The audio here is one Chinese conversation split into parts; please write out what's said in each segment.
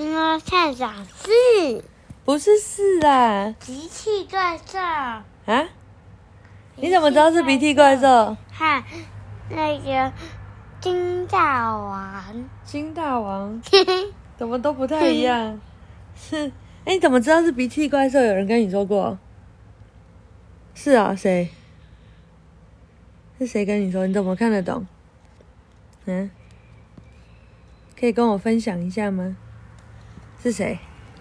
青蛙探长4， 不是4啦。 鼻涕怪兽啊？你怎么知道是鼻涕怪兽？ 和那个金大王。 金大王怎么都不太一样？是，你怎么知道是鼻涕怪兽？有人跟你说过？是啊，谁？是谁跟你说？你怎么看得懂？可以跟我分享一下吗？是谁？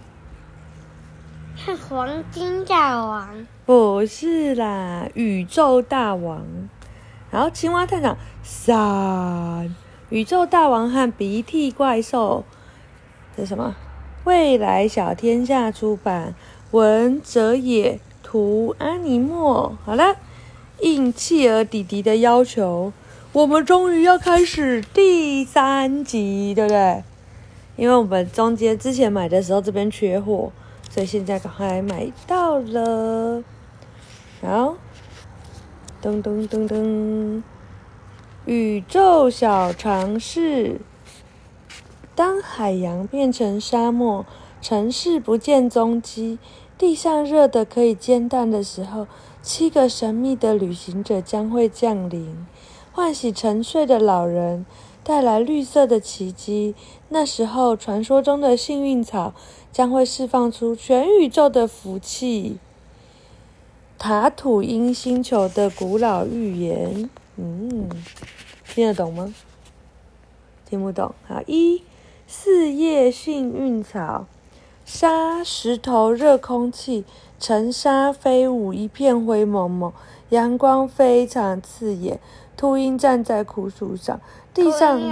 是黄金大王。 不是啦，宇宙大王。然后青蛙探长3，宇宙大王和鼻涕怪兽。这是什么？未来小天下出版，文哲也，图阿尼默。好了，应企鹅弟弟的要求，我们终于要开始第3集，对不对？因为我们之前买的时候这边缺货，所以现在赶快买到了。好，噔噔噔噔，宇宙小常识。当海洋变成沙漠，城市不见踪迹，地上热得可以煎蛋的时候，7个神秘的旅行者将会降临，唤醒沉睡的老人，带来绿色的奇迹。那时候，传说中的幸运草将会释放出全宇宙的福气。塔土因星球的古老预言，听得懂吗？听不懂。好，1，4叶幸运草，沙石头热空气，尘沙飞舞，一片灰蒙蒙，阳光非常刺眼。秃鹰站在枯树上，地上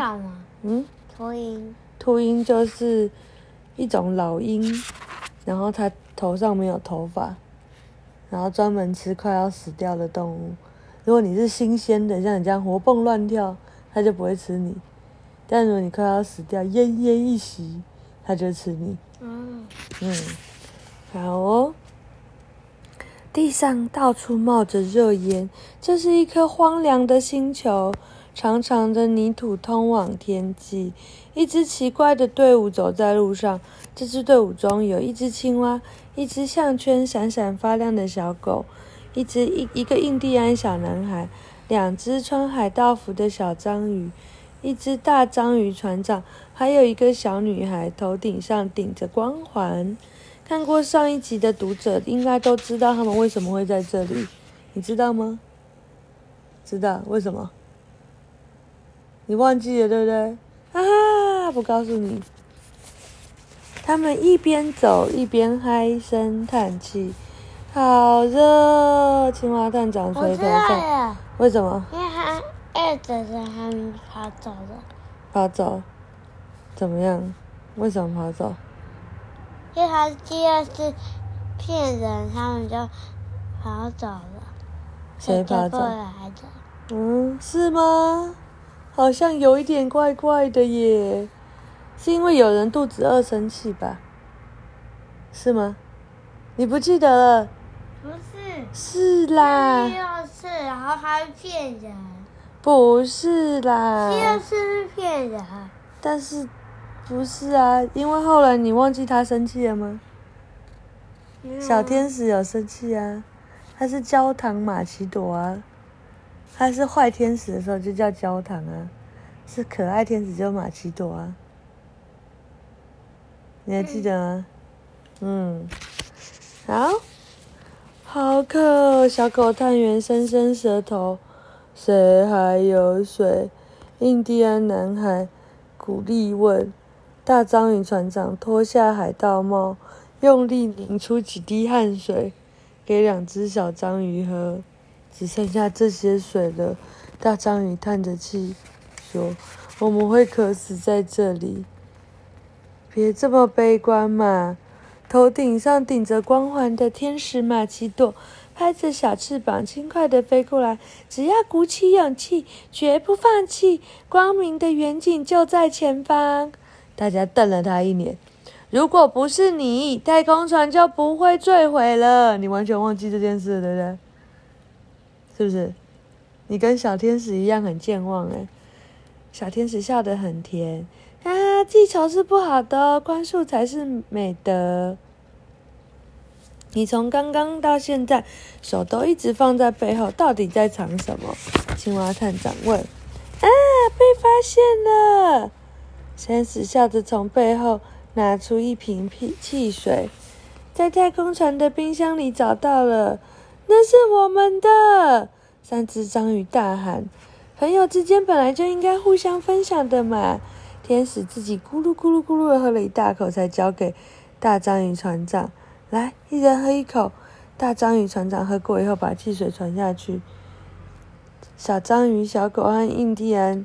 秃鹰就是一种老鹰，然后它头上没有头发，然后专门吃快要死掉的动物。如果你是新鲜的，像你这样活蹦乱跳，它就不会吃你。但如果你快要死掉，奄奄一息，它就吃你。好哦。地上到处冒着热烟，这是一颗荒凉的星球，长长的泥土通往天际。一支奇怪的队伍走在路上，这支队伍中有一只青蛙，一只项圈闪闪发亮的小狗，一个印第安小男孩，2只穿海盗服的小章鱼，一只大章鱼船长，还有一个小女孩，头顶上顶着光环。看过上一集的读者应该都知道他们为什么会在这里，你知道吗？知道为什么？你忘记了对不对？不告诉你。他们一边走一边嗨声叹气，好热！青蛙探长垂头丧。为什么？ 因为他2着是他们跑走了。 跑走？怎么样？为什么跑走？ 因为他第2次骗人，他们就跑走了。 谁跑走？ 的。 是吗？好像有一点怪怪的耶。是因为有人肚子饿生气吧？是吗？你不记得了？ 不是。 是啦。 第2次，然后他骗人。 不是啦。 第2次是骗人。 但是不是啊？因为后来你忘记他生气了吗？小天使有生气啊，他是焦糖玛奇朵啊，他是坏天使的时候就叫焦糖啊，是可爱天使就玛奇朵啊，你还记得吗？好渴！小狗探员伸伸舌头，谁还有水？印第安男孩鼓励问。大章鱼船长脱下海盗帽，用力拧出几滴汗水，给2只小章鱼喝。只剩下这些水了。大章鱼叹着气说：“我们会渴死在这里。”别这么悲观嘛！头顶上顶着光环的天使玛奇朵拍着小翅膀，轻快地飞过来。只要鼓起勇气，绝不放弃，光明的远景就在前方。大家瞪了他一眼。如果不是你，太空船就不会坠毁了。你完全忘记这件事，对不对？是不是？你跟小天使一样很健忘哎。小天使笑得很甜。 啊，记仇是不好的哦，宽恕才是美德。你从刚刚到现在，手都一直放在背后，到底在藏什么？青蛙探长问。啊，被发现了！天使笑着从背后拿出一瓶汽水，在太空船的冰箱里找到了，那是我们的！3只章鱼大喊。朋友之间本来就应该互相分享的嘛。天使自己咕噜咕噜咕噜的喝了一大口，才交给大章鱼船长。来，一人喝一口。大章鱼船长喝过以后，把汽水传下去。小章鱼、小狗和印第安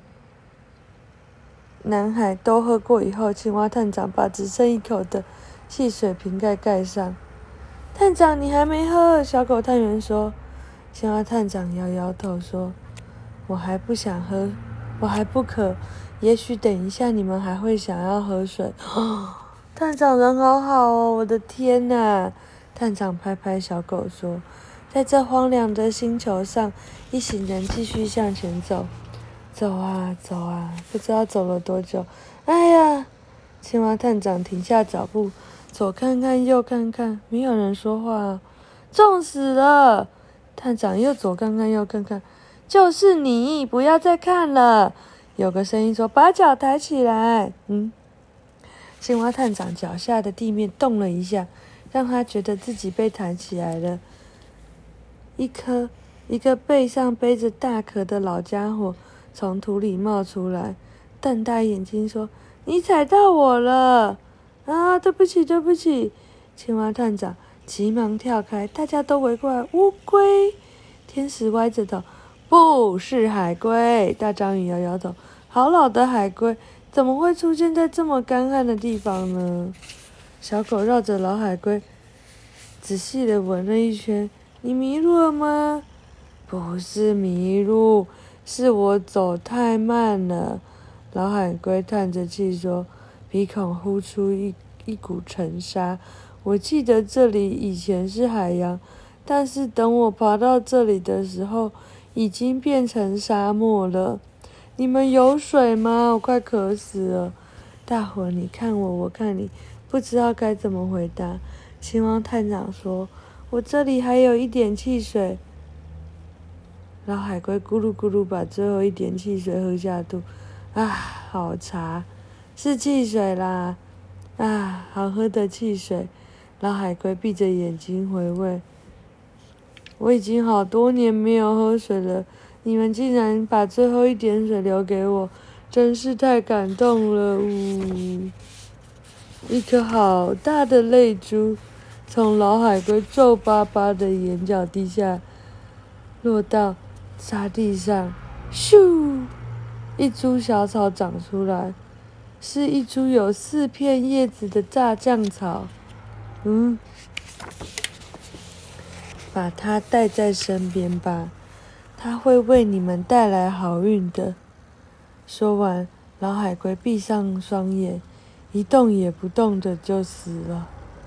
男孩都喝过以后，青蛙探长把只剩一口的汽水瓶盖盖上。探长，你还没喝？小狗探员说。青蛙探长摇摇头说：“我还不想喝，我还不渴。也许等一下你们还会想要喝水。”探长人好好哦，我的天哪！探长拍拍小狗说：“在这荒凉的星球上，一行人继续向前走，走啊走啊，不知道走了多久。哎呀！”青蛙探长停下脚步，左看看右看看，没有人说话。重死了！探长又左看看右看看，就是你，不要再看了。有个声音说：“把脚抬起来。”青蛙探长脚下的地面动了一下，让他觉得自己被抬起来了。一个背上背着大壳的老家伙从土里冒出来，瞪大眼睛说：“你踩到我了！”啊，对不起，对不起！青蛙探长急忙跳开，大家都围过来。乌龟！天使歪着头，不是海龟。大章鱼摇摇头，好老的海龟。怎么会出现在这么干旱的地方呢？小狗绕着老海龟仔细地闻了一圈。你迷路了吗？不是迷路，是我走太慢了。老海龟叹着气说，鼻孔呼出一股尘沙。我记得这里以前是海洋，但是等我爬到这里的时候，已经变成沙漠了。你们有水吗？我快渴死了。大伙你看我，我看你，不知道该怎么回答。青蛙探长说：“我这里还有一点汽水。”老海龟咕噜咕噜把最后一点汽水喝下肚。啊，好茶，是汽水啦！啊，好喝的汽水。老海龟闭着眼睛回味。我已经好多年没有喝水了。你们竟然把最后一点水留给我，真是太感动了！一颗好大的泪珠从老海龟皱巴巴的眼角滴下，落到沙地上。咻！一株小草长出来，是一株有4片叶子的炸酱草。把它带在身边吧。它会为你们带来好运的。说完，老海龟闭上双眼，一动也不动的就死了。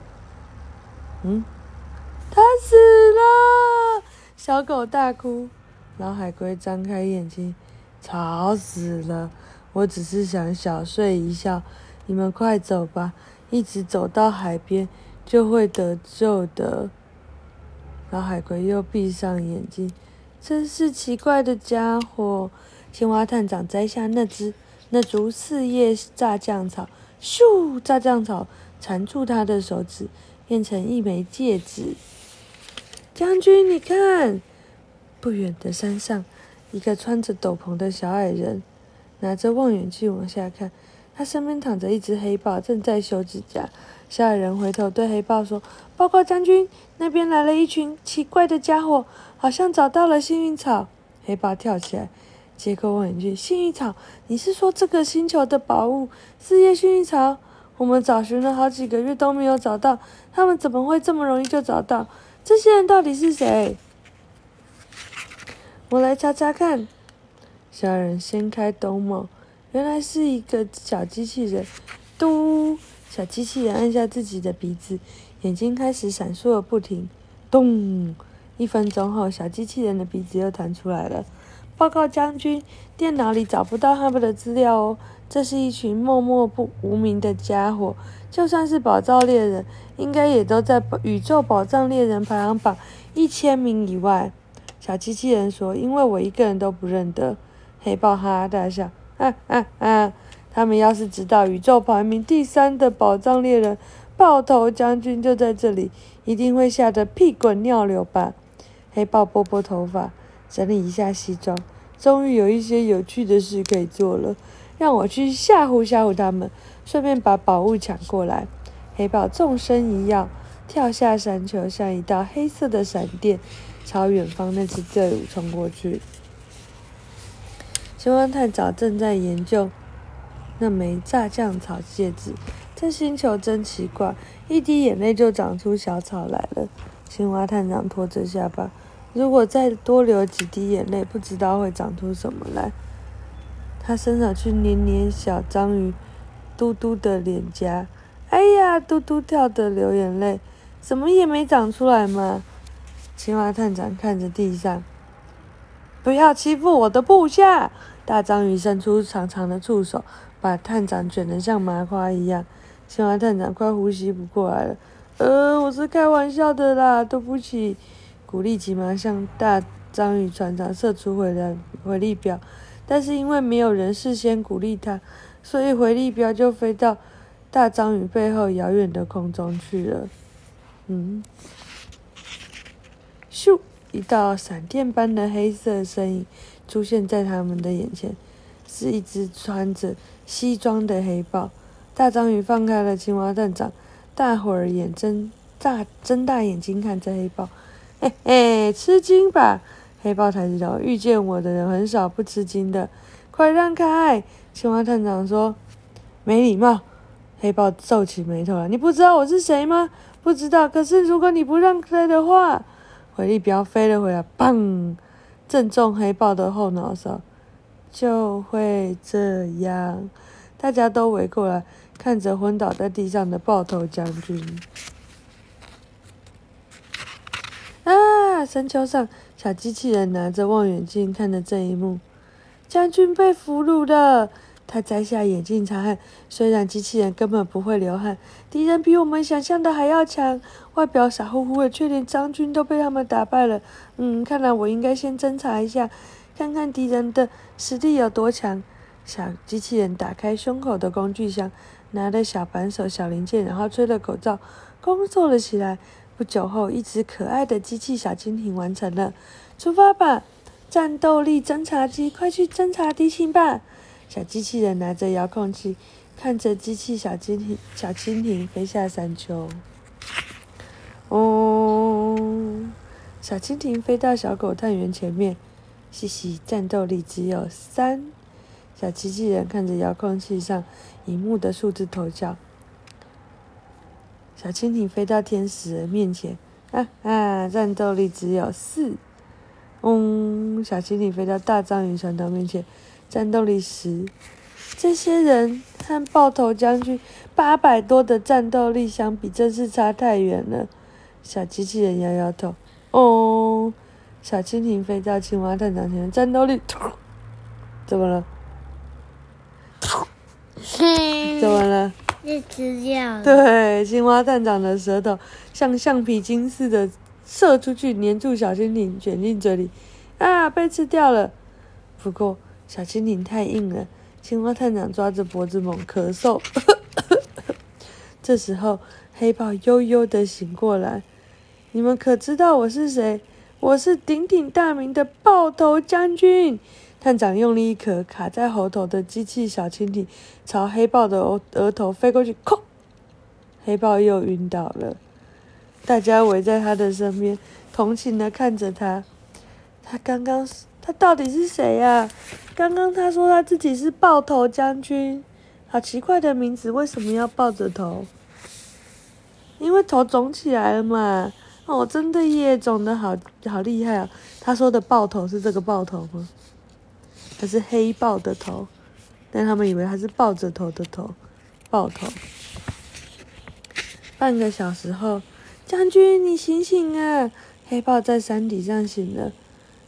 它死了！小狗大哭。老海龟张开眼睛，吵死了！我只是想小睡一觉，你们快走吧，一直走到海边就会得救的。老海龟又闭上眼睛。真是奇怪的家伙！青蛙探长摘下那株4叶炸酱草，咻！炸酱草缠住他的手指，变成一枚戒指。将军，你看，不远的山上，一个穿着斗篷的小矮人拿着望远镜往下看，他身边躺着一只黑豹，正在修指甲。小矮人回头对黑豹说：“报告将军，那边来了一群奇怪的家伙，好像找到了幸运草。”黑豹跳起来，接过望远镜：“幸运草？你是说这个星球的宝物4叶幸运草？我们找寻了好几个月都没有找到，他们怎么会这么容易就找到？这些人到底是谁？”我来查查看。小矮人掀开兜帽，原来是一个小机器人。嘟！小机器人按下自己的鼻子，眼睛开始闪烁个不停。咚！1分钟后，小机器人的鼻子又弹出来了。 报告将军，电脑里找不到他们的资料哦。这是一群默默无名的家伙，就算是宝藏猎人，应该也都在宇宙宝藏猎人排行榜1000名以外。小机器人说：“因为我一个人都不认得。”黑豹哈哈大笑：“他们要是知道宇宙排名第3的宝藏猎人爆头将军就在这里，一定会吓得屁滚尿流吧？”黑豹拨拨头发，整理一下西装，终于有一些有趣的事可以做了。让我去吓唬吓唬他们，顺便把宝物抢过来。黑豹纵身一跃，跳下山丘，像一道黑色的闪电，朝远方那支队伍冲过去。青蛙探长正在研究那枚炸酱草戒指，这星球真奇怪，一滴眼泪就长出小草来了。青蛙探长拖着下巴，如果再多流几滴眼泪，不知道会长出什么来。他伸手去捏捏小章鱼嘟嘟的脸颊，哎呀，嘟嘟跳得流眼泪，怎么也没长出来嘛。青蛙探长看着地上，不要欺负我的部下！大章鱼伸出长长的触手，把探长卷得像麻花一样。青蛙探长快呼吸不过来了。我是开玩笑的啦，对不起。古力急忙向大章鱼船长射出回力镖，但是因为没有人事先鼓励他，所以回力镖就飞到大章鱼背后遥远的空中去了。咻！一道闪电般的黑色身影出现在他们的眼前，是一只穿着西装的黑豹。大章鱼放开了青蛙探长，大伙儿睁大眼睛看着黑豹。嘿嘿，吃惊吧？黑豹抬起头，遇见我的人很少不吃惊的。快让开！青蛙探长说。没礼貌！黑豹皱起眉头来。你不知道我是谁吗？不知道。可是如果你不让开的话，回力镖飞了回来，砰！正中黑豹的后脑勺。就会这样，大家都围过来，看着昏倒在地上的爆头将军。山丘上，小机器人拿着望远镜看着这一幕。将军被俘虏了。他摘下眼镜擦汗，虽然机器人根本不会流汗，敌人比我们想象的还要强，外表傻乎乎的，却连将军都被他们打败了。看来我应该先侦查一下，看看敌人的实力有多强。小机器人打开胸口的工具箱，拿了小扳手、小零件，然后吹了口哨，工作了起来。不久后，一只可爱的机器小蜻蜓完成了。出发吧，战斗力侦察机，快去侦察敌情吧！小机器人拿着遥控器，看着机器小蜻蜓飞下山丘。小蜻蜓飞到小狗探员前面，嘻嘻，战斗力只有3。小机器人看着遥控器上荧幕的数字头像。小蜻蜓飞到天使人面前，战斗力只有4。小蜻蜓飞到大章鱼船长面前，战斗力10。这些人和爆头将军800多的战斗力相比，真是差太远了。小机器人摇摇头。小蜻蜓飞到青蛙探长前面，战斗力，怎么了？怎么了？ 是吃掉了。 对，青蛙探长的舌头像橡皮筋似的射出去，粘住小蜻蜓，卷进嘴里。被吃掉了。不过小蜻蜓太硬了，青蛙探长抓着脖子猛咳嗽。这时候，黑豹悠悠地醒过来。你们可知道我是谁？我是鼎鼎大名的爆头将军。探长用力一咳，卡在喉头的机器小蜻蜓朝黑豹的额头飞过去，哐！黑豹又晕倒了。大家围在他的身边，同情地看着他。他到底是谁呀？刚刚他说他自己是爆头将军，好奇怪的名字，为什么要抱着头？因为头肿起来了嘛。真的耶，肿得好厉害啊！他说的爆头是这个爆头吗？还是黑豹的头？但他们以为他是抱着头的头，爆头。半个小时后，将军，你醒醒啊！黑豹在山底上醒了。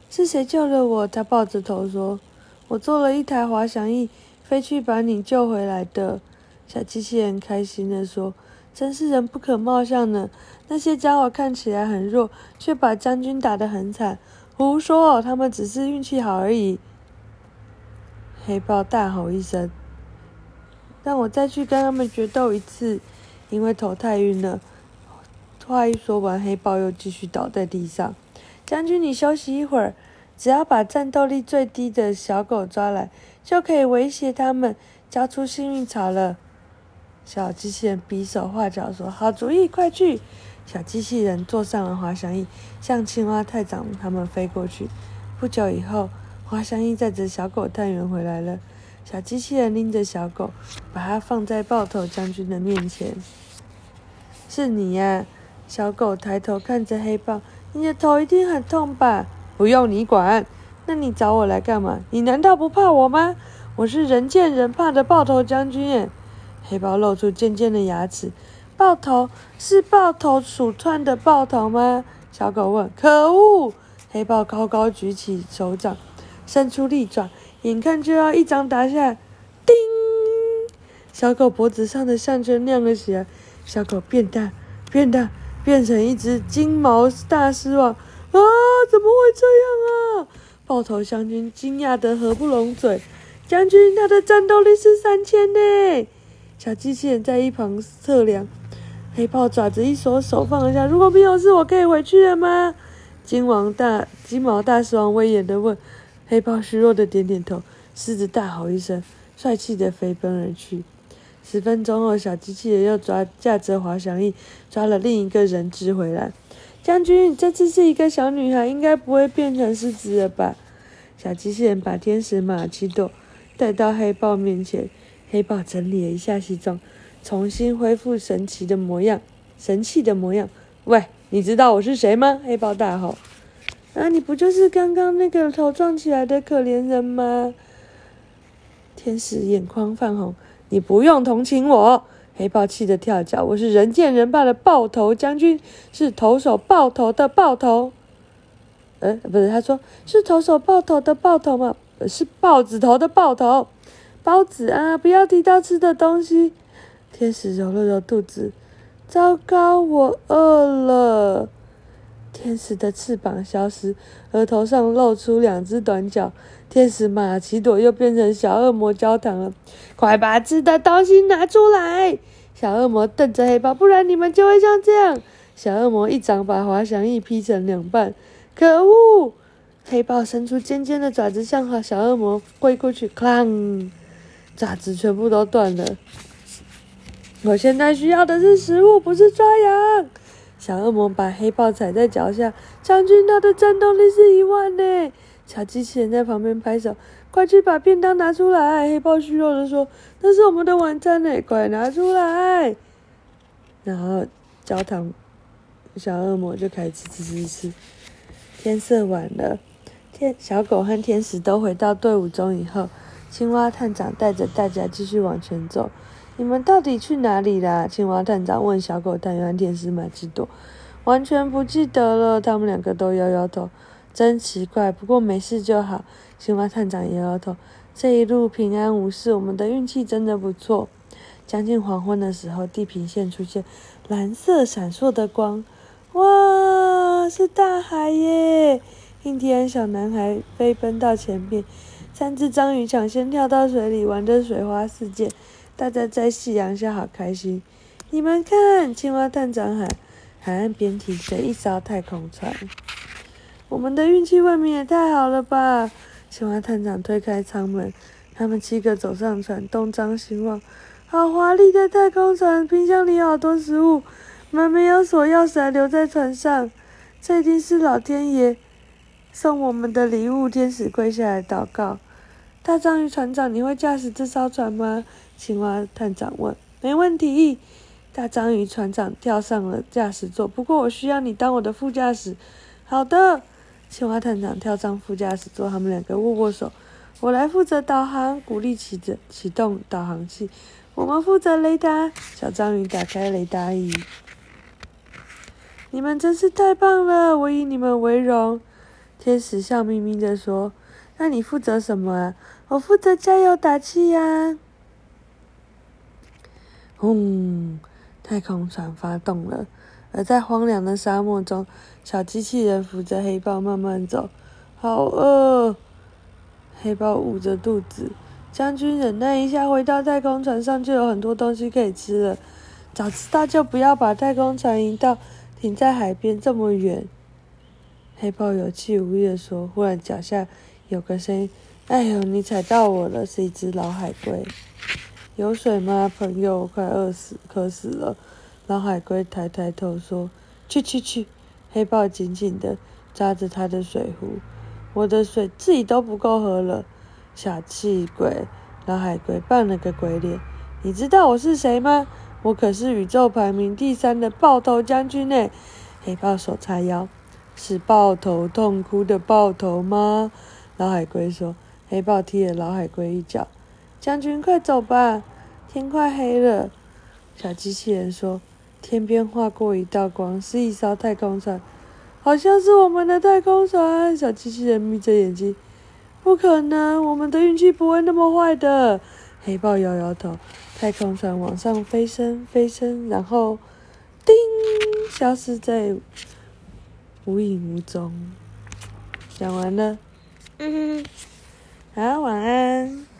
是谁救了我？他抱着头说：“我做了一台滑翔翼，飞去把你救回来的。”小机器人开心地说：“真是人不可貌相呢！那些家伙看起来很弱，却把将军打得很惨。胡说，他们只是运气好而已。”黑豹大吼一声：“让我再去跟他们决斗一次！”因为头太晕了。话一说完，黑豹又继续倒在地上。将军，你休息一会儿，只要把战斗力最低的小狗抓来，就可以威胁他们交出幸运草了。小机器人比手画脚说：“好主意，快去！”小机器人坐上了滑翔翼，向青蛙探长他们飞过去。不久以后，滑翔翼载着小狗探员回来了。小机器人拎着小狗，把它放在豹头将军的面前。“是你呀！”小狗抬头看着黑豹，“你的头一定很痛吧？”“不用你管。”“那你找我来干嘛？你难道不怕我吗？我是人见人怕的豹头将军耶！”黑豹露出尖尖的牙齿。“豹头是豹头鼠窜的豹头吗？”小狗问。“可恶！”黑豹高高举起手掌，伸出利爪，眼看就要一掌打下。叮！小狗脖子上的项圈亮了起来。小狗变大，变成一只金毛大狮王。“啊，怎么会这样啊？”豹头将军惊讶得合不拢嘴。“将军，他的战斗力是3000呢！”小机器人在一旁测量。黑豹爪子一缩，手放了下。“如果没有事，我可以回去了吗？”金毛大狮王威严地问。黑豹虚弱的点点头。狮子大吼一声，帅气地飞奔而去。10分钟后，小机器人又驾着滑翔翼抓了另一个人质回来。“将军，这次是一个小女孩，应该不会变成狮子了吧？”小机器人把天使玛奇朵带到黑豹面前。黑豹整理了一下西装，重新恢复神气的模样。“喂，你知道我是谁吗？”黑豹大吼。“啊，你不就是刚刚那个头撞起来的可怜人吗？”天使眼眶泛红。“你不用同情我！”黑豹气得跳脚。“我是人见人怕的豹头将军，是投手豹头的豹头。”不是，他说是投手豹头的豹头吗？是豹子头的豹头。“包子啊，不要提到吃的东西。”天使揉了揉肚子。“糟糕，我饿了。”天使的翅膀消失，额头上露出2只短脚。天使玛奇朵又变成小恶魔焦糖了。“快把吃的东西拿出来！”小恶魔瞪着黑豹，“不然你们就会像这样。”小恶魔一掌把滑翔翼劈成2半。“可恶！”黑豹伸出尖尖的爪子向小恶魔挥过去，哐！爪子全部都断了。“我现在需要的是食物，不是抓痒。”小恶魔把黑豹踩在脚下。“将军，他的战斗力是10000呢！”小机器人在旁边拍手。“快去把便当拿出来！”黑豹虚弱地说。“那是我们的晚餐呢，快拿出来！”然后焦糖小恶魔就开始吃。天色晚了，小狗和天使都回到队伍中以后，青蛙探长带着大家继续往前走。“你们到底去哪里啦？”青蛙探长问小狗探员和天使玛奇朵。“完全不记得了。”他们2个都摇摇头。“真奇怪，不过没事就好。”青蛙探长摇摇头。“这一路平安无事，我们的运气真的不错。”将近黄昏的时候，地平线出现蓝色闪烁的光。“哇，是大海耶！”印第安小男孩飞奔到前面，3只章鱼抢先跳到水里，玩得水花四溅。大家在夕阳下好开心。“你们看！”青蛙探长喊。海岸边停着一艘太空船。“我们的运气未免也太好了吧！”青蛙探长推开舱门，他们7个走上船，东张西望。“好华丽的太空船，冰箱里好多食物，门没有锁，钥匙还留在船上。这一定是老天爷送我们的礼物。”天使跪下来祷告。“大章鱼船长，你会驾驶这艘船吗？”青蛙探长问。“没问题。”大章鱼船长跳上了驾驶座，“不过我需要你当我的副驾驶。”“好的。”青蛙探长跳上副驾驶座，他们2个握握手。“我来负责导航。”鼓励启动导航器。“我们负责雷达。”小章鱼打开雷达仪。“你们真是太棒了，我以你们为荣。” 天使笑眯眯的说：“那你负责什么啊？”“我负责加油打气呀。”轰！太空船发动了，而在荒凉的沙漠中，小机器人扶着黑豹慢慢走。好饿！黑豹捂着肚子。将军忍耐一下，回到太空船上就有很多东西可以吃了。早知道就不要把太空船停在海边这么远。黑豹有气无力地说，忽然脚下有个声音：“哎呦，你踩到我了！”是一只老海龟。有水吗，朋友？我快渴死了。老海龟抬头说：“去！”黑豹紧紧地抓着他的水壶。我的水自己都不够喝了。小气鬼！老海龟扮了个鬼脸。你知道我是谁吗？我可是宇宙排名第3的爆头将军呢。黑豹手叉腰。是抱头痛哭的抱头吗？老海龟说。黑豹踢了老海龟一脚。将军，快走吧，天快黑了。小机器人说。天边划过一道光，是一艘太空船，好像是我们的太空船。小机器人眯着眼睛。不可能，我们的运气不会那么坏的。黑豹摇摇头。太空船往上飞升，然后叮，消失在无影无踪。讲完了。好，晚安。